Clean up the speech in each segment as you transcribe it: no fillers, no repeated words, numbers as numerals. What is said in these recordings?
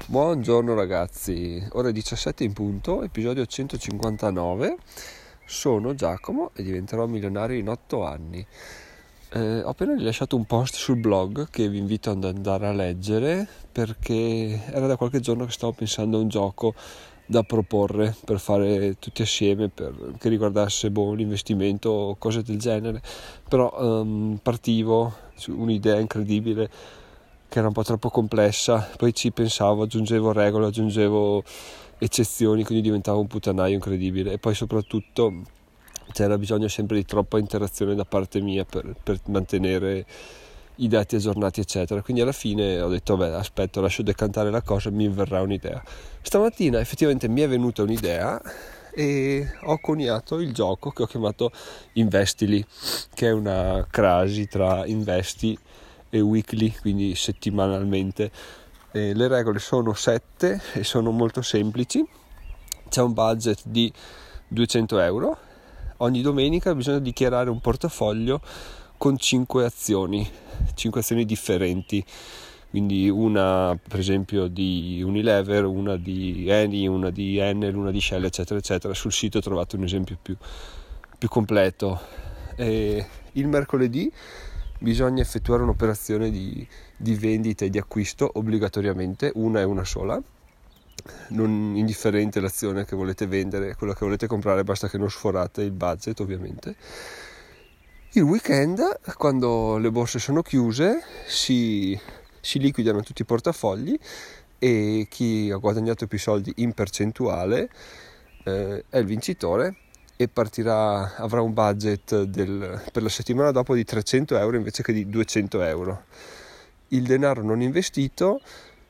Buongiorno ragazzi, ore 17 in punto, episodio 159. Sono Giacomo e diventerò milionario in 8 anni. Ho appena rilasciato un post sul blog che vi invito ad andare a leggere, perché era da qualche giorno che stavo pensando a un gioco da proporre per fare tutti assieme, che riguardasse l'investimento o cose del genere, però partivo su un'idea incredibile che era un po' troppo complessa, poi ci pensavo, aggiungevo regole, aggiungevo eccezioni, quindi diventava un puttanaio incredibile, e poi soprattutto c'era bisogno sempre di troppa interazione da parte mia per mantenere i dati aggiornati eccetera, quindi alla fine ho detto aspetto, lascio decantare la cosa, mi verrà un'idea. Stamattina effettivamente mi è venuta un'idea e ho coniato il gioco che ho chiamato Investily, che è una crasi tra investi e weekly, quindi settimanalmente. Le regole sono 7 e sono molto semplici. C'è un budget di 200 euro. Ogni domenica bisogna dichiarare un portafoglio con 5 azioni differenti, quindi una per esempio di Unilever, una di Eni, una di Enel, una di Shell eccetera eccetera. Sul sito trovate un esempio più completo. E il mercoledì bisogna effettuare un'operazione di vendita e di acquisto obbligatoriamente, una e una sola, non indifferente l'azione che volete vendere, quella che volete comprare, basta che non sforate il budget ovviamente. Il weekend, quando le borse sono chiuse, si liquidano tutti i portafogli e chi ha guadagnato più soldi in percentuale è il vincitore e avrà un budget per la settimana dopo di 300 euro invece che di 200 euro. Il denaro non investito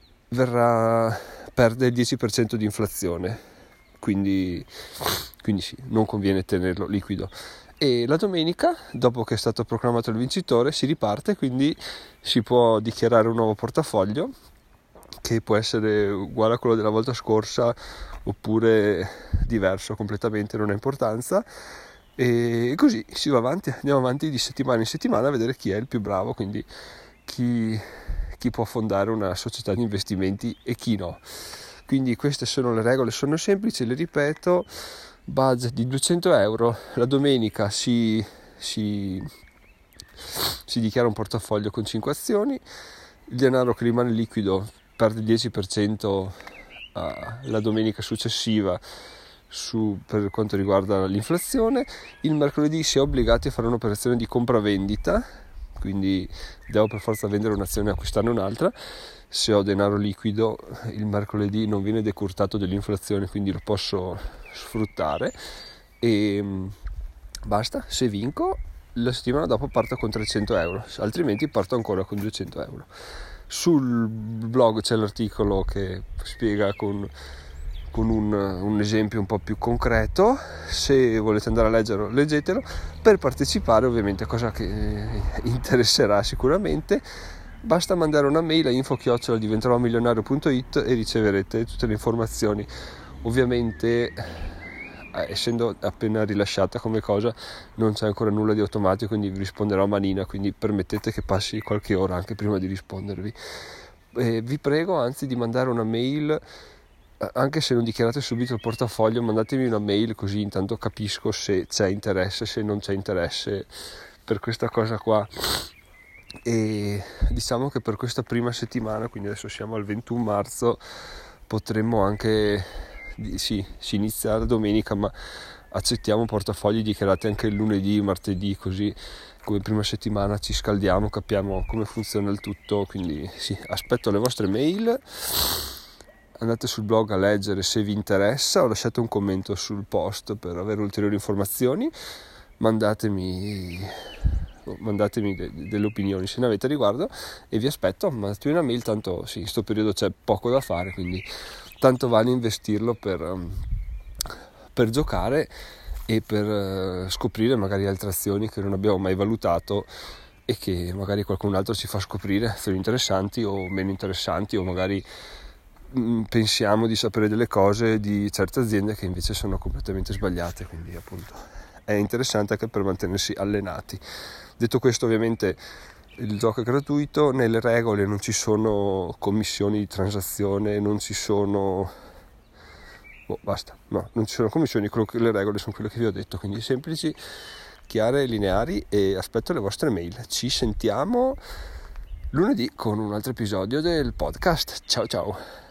perde il 10% di inflazione, quindi sì, non conviene tenerlo liquido. E la domenica, dopo che è stato proclamato il vincitore, si riparte, quindi si può dichiarare un nuovo portafoglio che può essere uguale a quello della volta scorsa oppure diverso completamente, non ha importanza, e così si va avanti, andiamo avanti di settimana in settimana a vedere chi è il più bravo, quindi chi può fondare una società di investimenti e chi no. Quindi queste sono le regole, sono semplici, le ripeto. Budget di 200 euro, la domenica si dichiara un portafoglio con 5 azioni, il denaro che rimane liquido perde il 10% la domenica successiva per quanto riguarda l'inflazione. Il mercoledì si è obbligati a fare un'operazione di compravendita, quindi devo per forza vendere un'azione e acquistarne un'altra. Se ho denaro liquido il mercoledì non viene decurtato dell'inflazione, quindi lo posso sfruttare e basta. Se vinco la settimana dopo parto con 300 euro, altrimenti parto ancora con 200 euro. Sul blog c'è l'articolo che spiega con un esempio un po' più concreto. Se volete andare a leggerlo, leggetelo. Per partecipare ovviamente, cosa che interesserà sicuramente, basta mandare una mail a info@diventeromilionario.it e riceverete tutte le informazioni. Ovviamente essendo appena rilasciata come cosa non c'è ancora nulla di automatico, quindi vi risponderò a manina, quindi permettete che passi qualche ora anche prima di rispondervi. Vi prego anzi di mandare una mail, anche se non dichiarate subito il portafoglio, mandatemi una mail così intanto capisco se c'è interesse, se non c'è interesse per questa cosa qua. E diciamo che per questa prima settimana, quindi adesso siamo al 21 marzo, potremmo anche si inizia la domenica, ma accettiamo portafogli dichiarati anche il lunedì, martedì, così come prima settimana ci scaldiamo, capiamo come funziona il tutto. Quindi sì, aspetto le vostre mail, andate sul blog a leggere se vi interessa, ho lasciato un commento sul post per avere ulteriori informazioni, mandatemi delle opinioni se ne avete riguardo e vi aspetto. Mandatemi una mail, tanto sì, in questo periodo c'è poco da fare, quindi tanto vale investirlo per giocare e per scoprire magari altre azioni che non abbiamo mai valutato e che magari qualcun altro ci fa scoprire, azioni interessanti o meno interessanti, o magari pensiamo di sapere delle cose di certe aziende che invece sono completamente sbagliate, quindi appunto è interessante anche per mantenersi allenati. Detto questo, ovviamente il gioco è gratuito, nelle regole non ci sono commissioni di transazione, non ci sono basta, no, non ci sono commissioni, le regole sono quelle che vi ho detto, quindi semplici, chiare, lineari, e aspetto le vostre mail. Ci sentiamo lunedì con un altro episodio del podcast. Ciao ciao.